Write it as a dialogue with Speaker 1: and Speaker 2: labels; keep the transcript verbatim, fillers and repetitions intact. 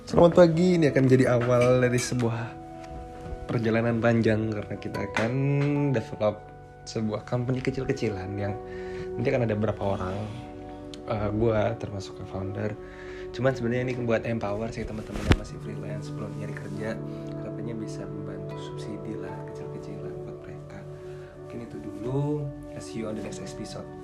Speaker 1: Selamat pagi, ini akan menjadi awal dari sebuah perjalanan panjang karena kita akan develop sebuah company kecil-kecilan yang nanti akan ada beberapa orang, uh, gue termasuk ke founder. Cuman sebenarnya ini buat empower sih teman-teman yang masih freelance belum nyari kerja, harapannya bisa membantu subsidi lah kecil-kecilan buat mereka. Mungkin itu dulu. See you on the next episode.